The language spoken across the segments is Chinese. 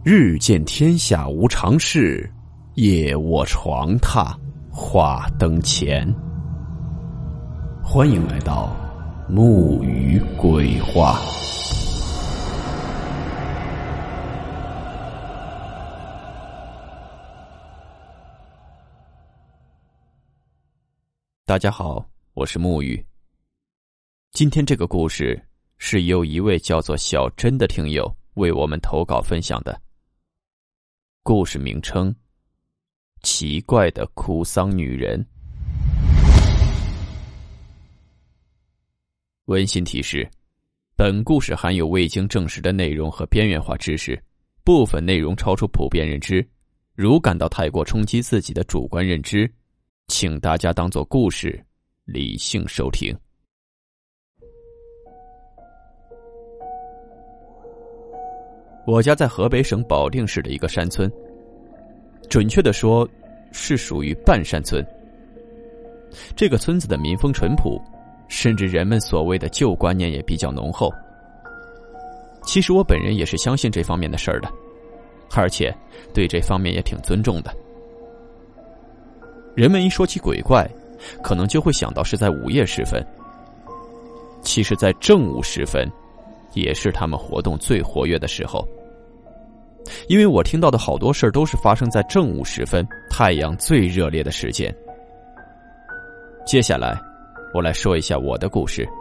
日见天下无常事，夜卧床榻话灯前。欢迎来到木鱼鬼话。大家好，我是木鱼。今天这个故事是由一位叫做小珍的听友为我们投稿分享的。故事名称：奇怪的哭丧女人。温馨提示：本故事含有未经证实的内容和边缘化知识，部分内容超出普遍认知，如感到太过冲击自己的主观认知，请大家当作故事理性收听。我家在河北省保定市的一个山村，准确地说是属于半山村。这个村子的民风淳朴，甚至人们所谓的旧观念也比较浓厚。其实我本人也是相信这方面的事儿的，而且对这方面也挺尊重的。人们一说起鬼怪，可能就会想到是在午夜时分。其实在正午时分也是他们活动最活跃的时候，因为我听到的好多事儿都是发生在正午时分，太阳最热烈的时间。接下来我来说一下我的故事。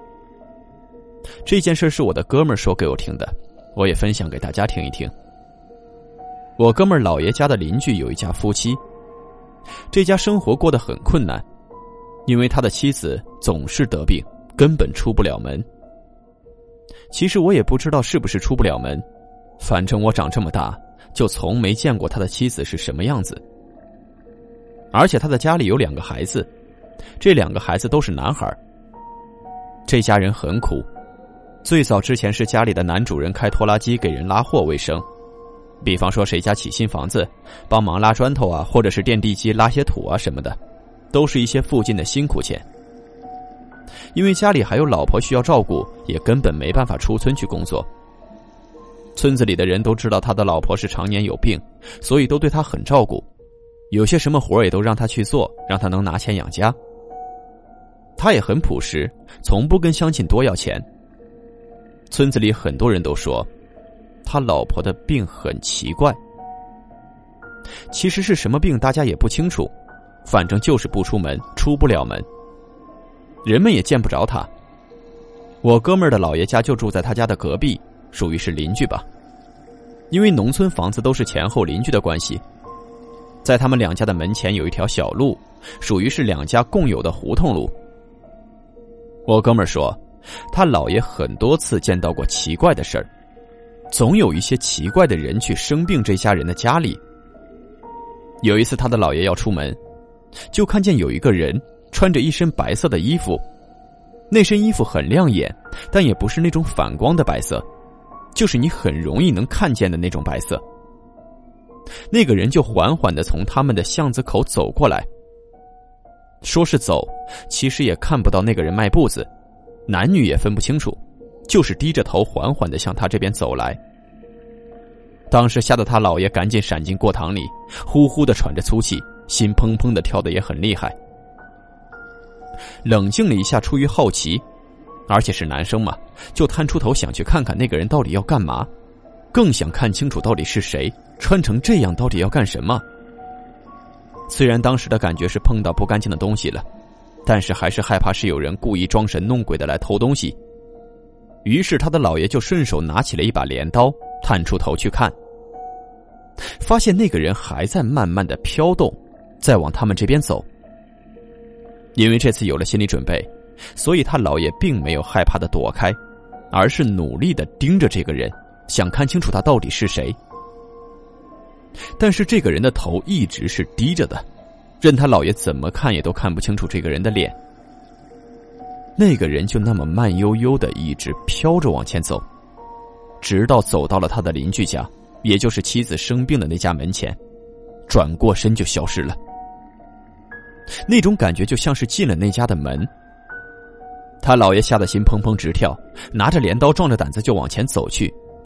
这件事是我的哥们儿说给我听的，我也分享给大家听一听。我哥们儿姥爷家的邻居有一家夫妻，这家生活过得很困难，因为他的妻子总是得病，根本出不了门。其实我也不知道是不是出不了门，反正我长这么大就从没见过他的妻子是什么样子。而且他的家里有2个孩子，这2个孩子都是男孩。这家人很苦，最早之前是家里的男主人开拖拉机给人拉货为生，比方说谁家起新房子，帮忙拉砖头啊，或者是电地机拉些土啊什么的，都是一些附近的辛苦钱。因为家里还有老婆需要照顾，也根本没办法出村去工作。村子里的人都知道他的老婆是常年有病，所以都对他很照顾，有些什么活也都让他去做，让他能拿钱养家。他也很朴实，从不跟乡亲多要钱。村子里很多人都说他老婆的病很奇怪，其实是什么病大家也不清楚，反正就是不出门，出不了门，人们也见不着他。我哥们儿的姥爷家就住在他家的隔壁，属于是邻居吧。因为农村房子都是前后邻居的关系，在他们2家的门前有一条小路，属于是2家共有的胡同路。我哥们儿说他姥爷很多次见到过奇怪的事儿，总有一些奇怪的人去生病这家人的家里。有一次他的姥爷要出门，就看见有一个人穿着一身白色的衣服，那身衣服很亮眼，但也不是那种反光的白色，就是你很容易能看见的那种白色。那个人就缓缓地从他们的巷子口走过来，说是走，其实也看不到那个人迈步子，男女也分不清楚，就是低着头缓缓地向他这边走来。当时吓得他姥爷赶紧闪进过堂里，呼呼地喘着粗气，心砰砰地跳得也很厉害。冷静了一下，出于好奇，而且是男生嘛，就探出头想去看看那个人到底要干嘛，更想看清楚到底是谁，穿成这样到底要干什么。虽然当时的感觉是碰到不干净的东西了，但是还是害怕是有人故意装神弄鬼的来偷东西。于是他的姥爷就顺手拿起了一把镰刀，探出头去看，发现那个人还在慢慢的飘动，再往他们这边走。因为这次有了心理准备，所以他姥爷并没有害怕的躲开，而是努力的盯着这个人，想看清楚他到底是谁。但是这个人的头一直是低着的，任他姥爷怎么看也都看不清楚这个人的脸。那个人就那么慢悠悠的一直飘着往前走，直到走到了他的邻居家，也就是妻子生病的那家门前，转过身就消失了。那种感觉就像是进了那家的门。他姥爷吓得心砰砰直跳，拿着镰刀壮着胆子就往前走去，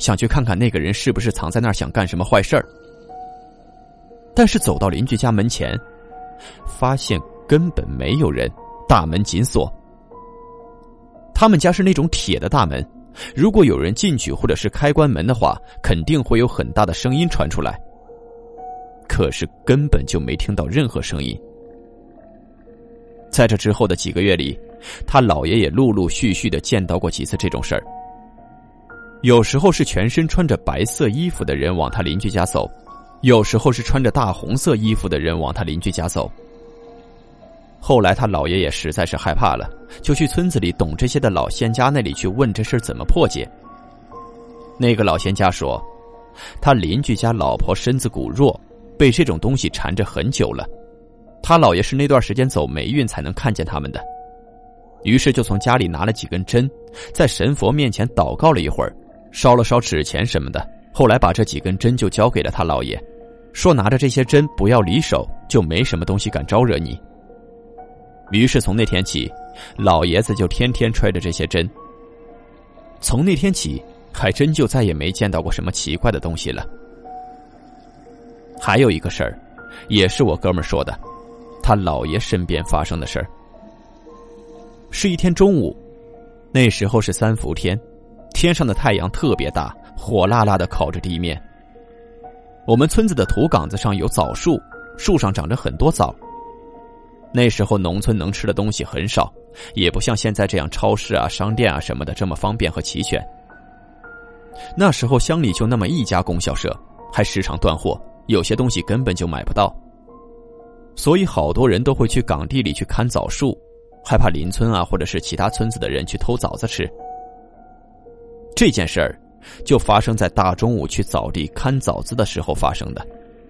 想去看看那个人是不是藏在那儿想干什么坏事儿。但是走到邻居家门前，发现根本没有人，大门紧锁。他们家是那种铁的大门，如果有人进去或者是开关门的话，肯定会有很大的声音传出来。可是根本就没听到任何声音。在这之后的几个月里，他姥爷也陆陆续续的见到过几次这种事儿。有时候是全身穿着白色衣服的人往他邻居家走，有时候是穿着大红色衣服的人往他邻居家走。后来他姥爷也实在是害怕了，就去村子里懂这些的老仙家那里去问这事怎么破解。那个老仙家说，他邻居家老婆身子骨弱，被这种东西缠着很久了，他姥爷是那段时间走霉运才能看见他们的。于是就从家里拿了几根针，在神佛面前祷告了一会儿，烧了烧纸钱什么的，后来把这几根针就交给了他姥爷，说拿着这些针不要离手，就没什么东西敢招惹你。于是从那天起，老爷子就天天揣着这些针。从那天起，还真就再也没见到过什么奇怪的东西了。还有一个事儿，也是我哥们儿说的，他姥爷身边发生的事儿。是一天中午，那时候是3伏天，天上的太阳特别大，火辣辣的烤着地面。我们村子的土岗子上有枣树，树上长着很多枣。那时候农村能吃的东西很少，也不像现在这样超市啊、商店啊什么的这么方便和齐全。那时候乡里就那么一家供销社，还时常断货，有些东西根本就买不到。所以好多人都会去岗地里去看枣树，害怕邻村啊或者是其他村子的人去偷枣子吃。这件事儿就发生在大中午去枣地看枣子的时候发生的。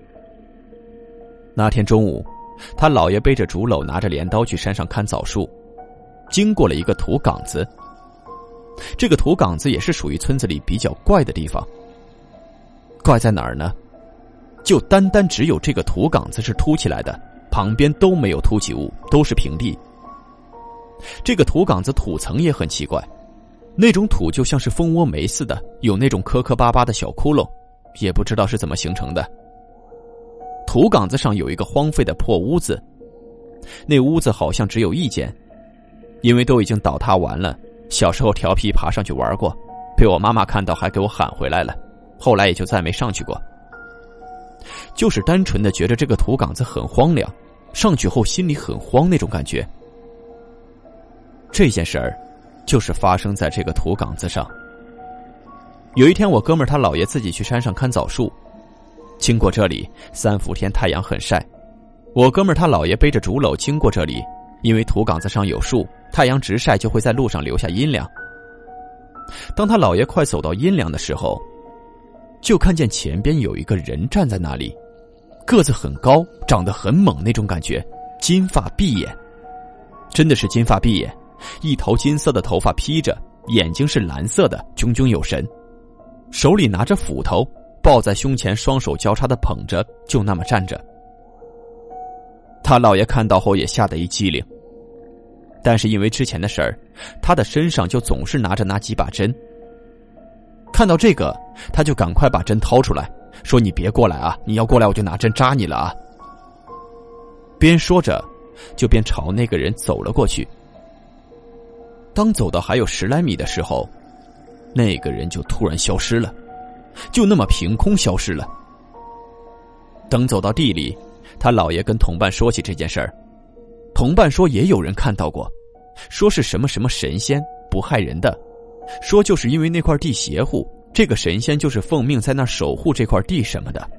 那天中午，他姥爷背着竹篓，拿着镰刀去山上看枣树，经过了一个土岗子。这个土岗子也是属于村子里比较怪的地方。怪在哪儿呢？就单单只有这个土岗子是凸起来的，旁边都没有凸起物，都是平地。这个土岗子土层也很奇怪，那种土就像是蜂窝煤似的，有那种磕磕巴巴的小窟窿，也不知道是怎么形成的。土岗子上有一个荒废的破屋子，那屋子好像只有1间，因为都已经倒塌完了，小时候调皮爬上去玩过，被我妈妈看到还给我喊回来了，后来也就再没上去过。就是单纯的觉得这个土岗子很荒凉，上去后心里很慌那种感觉。这件事儿就是发生在这个土岗子上。有一天我哥们儿他姥爷自己去山上看枣树，经过这里，3伏天太阳很晒，我哥们儿他姥爷背着竹篓经过这里，因为土岗子上有树，太阳直晒就会在路上留下阴凉。当他姥爷快走到阴凉的时候，就看见前边有一个人站在那里，个子很高，长得很猛那种感觉，金发碧眼，真的是金发碧眼，一头金色的头发披着，眼睛是蓝色的，炯炯有神，手里拿着斧头，抱在胸前，双手交叉的捧着，就那么站着。他姥爷看到后也吓得一激灵，但是因为之前的事儿，他的身上就总是拿着那几把针。看到这个，他就赶快把针掏出来，说你别过来啊，你要过来我就拿针扎你了啊。边说着就边朝那个人走了过去。当走到还有10来米的时候，那个人就突然消失了，就那么凭空消失了。等走到地里，他姥爷跟同伴说起这件事儿，同伴说也有人看到过，说是什么什么神仙，不害人的，说就是因为那块地邪乎，这个神仙就是奉命在那守护这块地什么的。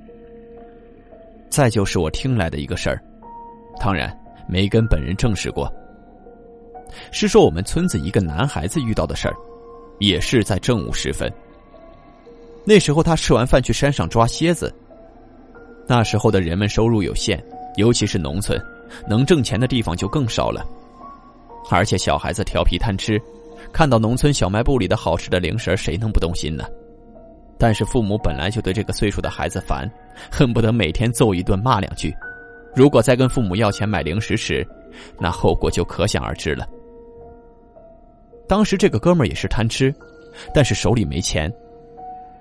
再就是我听来的一个事儿，当然没跟本人证实过，是说我们村子一个男孩子遇到的事儿，也是在正午时分。那时候他吃完饭去山上抓蝎子。那时候的人们收入有限，尤其是农村，能挣钱的地方就更少了。而且小孩子调皮贪吃，看到农村小卖部里的好吃的零食，谁能不动心呢？但是父母本来就对这个岁数的孩子烦，恨不得每天揍一顿骂2句。如果再跟父母要钱买零食吃，那后果就可想而知了。当时这个哥们儿也是贪吃，但是手里没钱，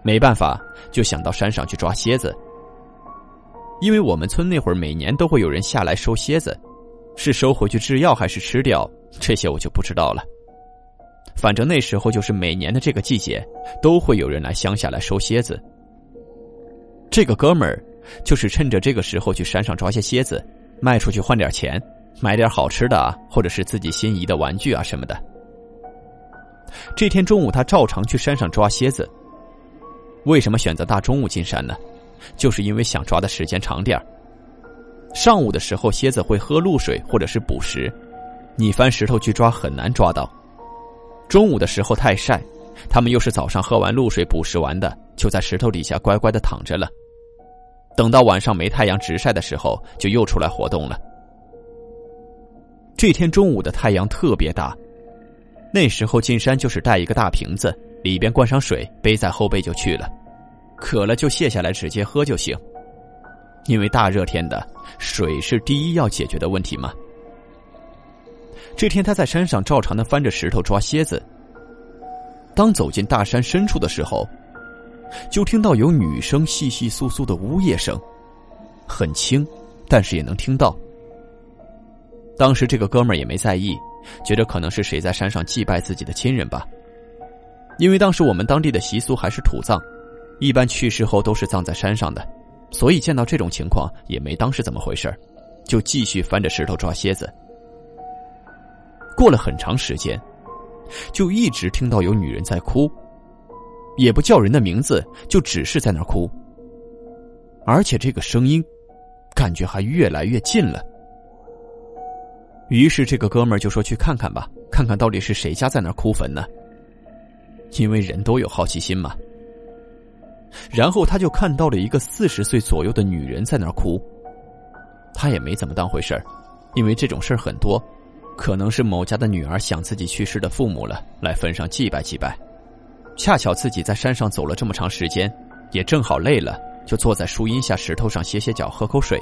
没办法，就想到山上去抓蝎子。因为我们村那会儿每年都会有人下来收蝎子，是收回去制药还是吃掉，这些我就不知道了。反正那时候就是每年的这个季节，都会有人来乡下来收蝎子。这个哥们儿就是趁着这个时候去山上抓些蝎子，卖出去换点钱，买点好吃的啊，或者是自己心仪的玩具啊什么的。这天中午他照常去山上抓蝎子。为什么选择大中午进山呢？就是因为想抓的时间长点儿。上午的时候蝎子会喝露水或者是捕食，你翻石头去抓很难抓到。中午的时候太晒，他们又是早上喝完露水捕食完的，就在石头底下乖乖的躺着了。等到晚上没太阳直晒的时候，就又出来活动了。这天中午的太阳特别大，那时候进山就是带一个大瓶子，里边灌上水，背在后背就去了，渴了就卸下来直接喝就行。因为大热天的，水是第一要解决的问题嘛。这天他在山上照常的翻着石头抓蝎子。当走进大山深处的时候，就听到有女生窸窸窣窣的呜咽声，很轻，但是也能听到。当时这个哥们儿也没在意，觉得可能是谁在山上祭拜自己的亲人吧。因为当时我们当地的习俗还是土葬，一般去世后都是葬在山上的，所以见到这种情况也没当是怎么回事，就继续翻着石头抓蝎子。过了很长时间，就一直听到有女人在哭，也不叫人的名字，就只是在那儿哭，而且这个声音感觉还越来越近了。于是这个哥们儿就说去看看吧，看看到底是谁家在那儿哭坟呢？因为人都有好奇心嘛。然后他就看到了一个40岁左右的女人在那儿哭，他也没怎么当回事儿，因为这种事儿很多，可能是某家的女儿想自己去世的父母了，来坟上祭拜祭拜。恰巧自己在山上走了这么长时间，也正好累了，就坐在树荫下石头上歇歇脚，喝口水。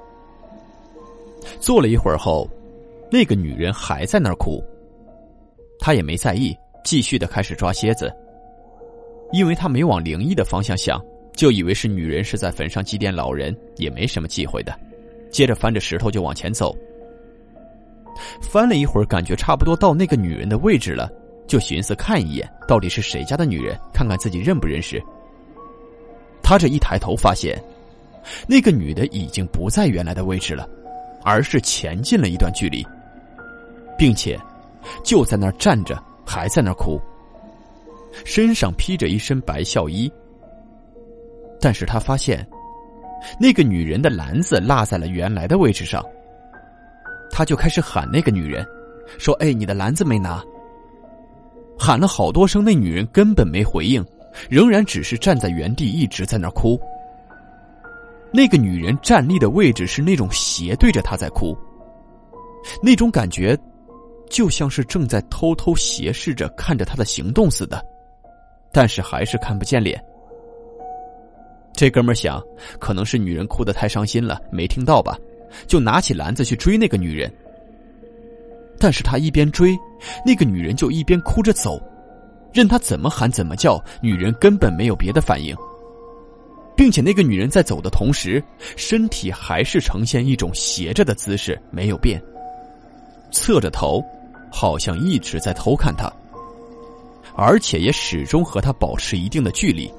坐了一会儿后，那个女人还在那儿哭，他也没在意，继续的开始抓蝎子。因为他没往灵异的方向想，就以为是女人是在坟上祭奠老人，也没什么忌讳的，接着翻着石头就往前走。翻了一会儿，感觉差不多到那个女人的位置了，就寻思看一眼到底是谁家的女人，看看自己认不认识。他这一抬头发现，那个女的已经不在原来的位置了，而是前进了一段距离，并且就在那儿站着，还在那儿哭，身上披着一身白孝衣。但是他发现那个女人的篮子落在了原来的位置上，他就开始喊那个女人说：“哎，你的篮子没拿。”喊了好多声，那女人根本没回应，仍然只是站在原地一直在那儿哭。那个女人站立的位置是那种斜对着他在哭，那种感觉就像是正在偷偷斜视着看着他的行动似的，但是还是看不见脸。这哥们儿想，可能是女人哭得太伤心了，没听到吧，就拿起篮子去追那个女人。但是他一边追，那个女人就一边哭着走，任他怎么喊怎么叫，女人根本没有别的反应，并且那个女人在走的同时，身体还是呈现一种斜着的姿势，没有变，侧着头，好像一直在偷看他，而且也始终和他保持一定的距离。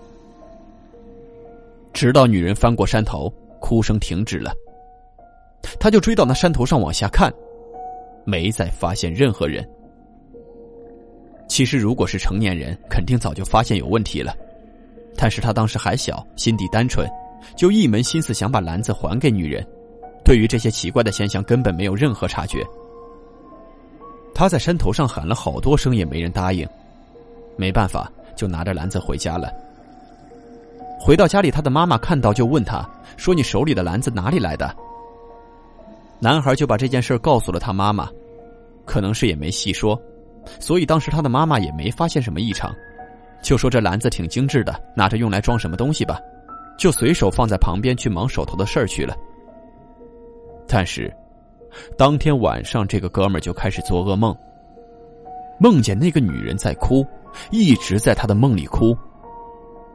直到女人翻过山头，哭声停止了，他就追到那山头上往下看，没再发现任何人。其实如果是成年人，肯定早就发现有问题了，但是他当时还小，心地单纯，就一门心思想把篮子还给女人，对于这些奇怪的现象根本没有任何察觉。他在山头上喊了好多声也没人答应，没办法，就拿着篮子回家了。回到家里，他的妈妈看到就问他说：“你手里的篮子哪里来的？”男孩就把这件事告诉了他妈妈，可能是也没细说，所以当时他的妈妈也没发现什么异常，就说这篮子挺精致的，拿着用来装什么东西吧，就随手放在旁边去忙手头的事儿去了。但是当天晚上，这个哥们儿就开始做噩梦，梦见那个女人在哭，一直在他的梦里哭。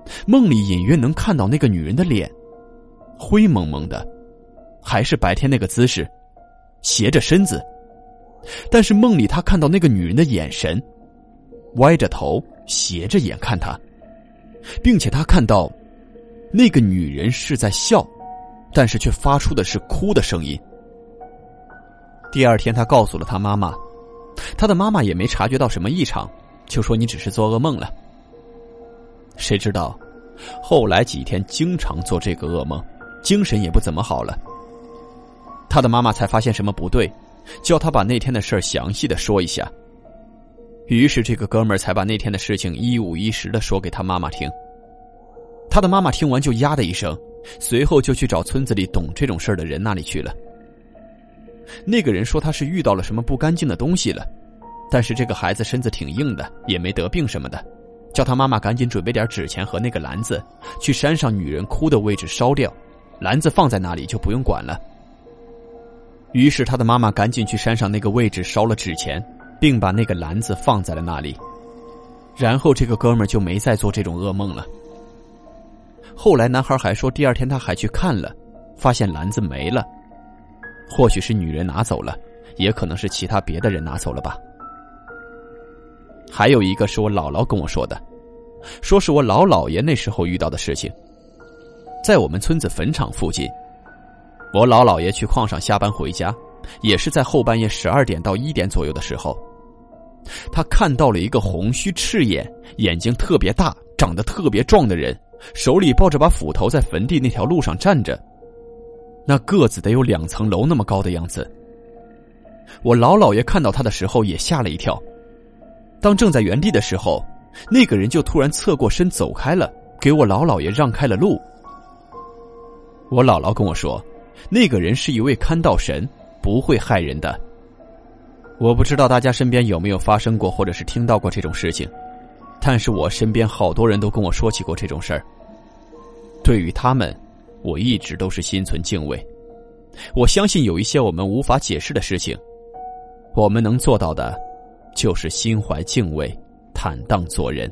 梦里隐约能看到那个女人的脸，灰蒙蒙的，还是白天那个姿势，斜着身子。但是梦里他看到那个女人的眼神，歪着头斜着眼看他，并且他看到那个女人是在笑，但是却发出的是哭的声音。第二天他告诉了他妈妈，他的妈妈也没察觉到什么异常，就说你只是做噩梦了。谁知道后来几天经常做这个噩梦，精神也不怎么好了。他的妈妈才发现什么不对，叫他把那天的事儿详细的说一下。于是这个哥们儿才把那天的事情一五一十的说给他妈妈听。他的妈妈听完就呀的一声，随后就去找村子里懂这种事儿的人那里去了。那个人说他是遇到了什么不干净的东西了，但是这个孩子身子挺硬的，也没得病什么的，叫他妈妈赶紧准备点纸钱和那个篮子，去山上女人哭的位置烧掉，篮子放在那里就不用管了。于是他的妈妈赶紧去山上那个位置烧了纸钱，并把那个篮子放在了那里。然后这个哥们儿就没再做这种噩梦了。后来男孩还说第二天他还去看了，发现篮子没了，或许是女人拿走了，也可能是其他别的人拿走了吧。还有一个是我姥姥跟我说的，说是我老姥爷那时候遇到的事情。在我们村子坟场附近，我老姥爷去矿上下班回家，也是在后半夜12点到1点左右的时候，他看到了一个红须赤眼，眼睛特别大，长得特别壮的人，手里抱着把斧头在坟地那条路上站着，那个子得有2层楼那么高的样子。我老姥爷看到他的时候也吓了一跳，当正在原地的时候，那个人就突然侧过身走开了，给我老姥爷让开了路。我姥姥跟我说，那个人是一位看道神，不会害人的。我不知道大家身边有没有发生过或者是听到过这种事情，但是我身边好多人都跟我说起过这种事儿。对于他们，我一直都是心存敬畏。我相信有一些我们无法解释的事情，我们能做到的就是心怀敬畏，坦荡做人。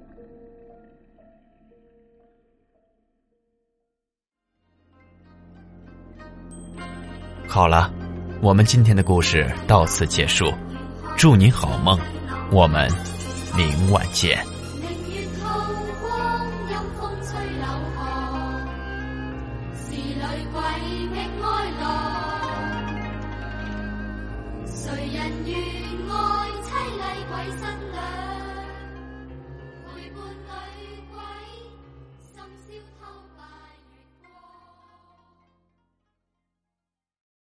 好了，我们今天的故事到此结束，祝您好梦，我们明晚见。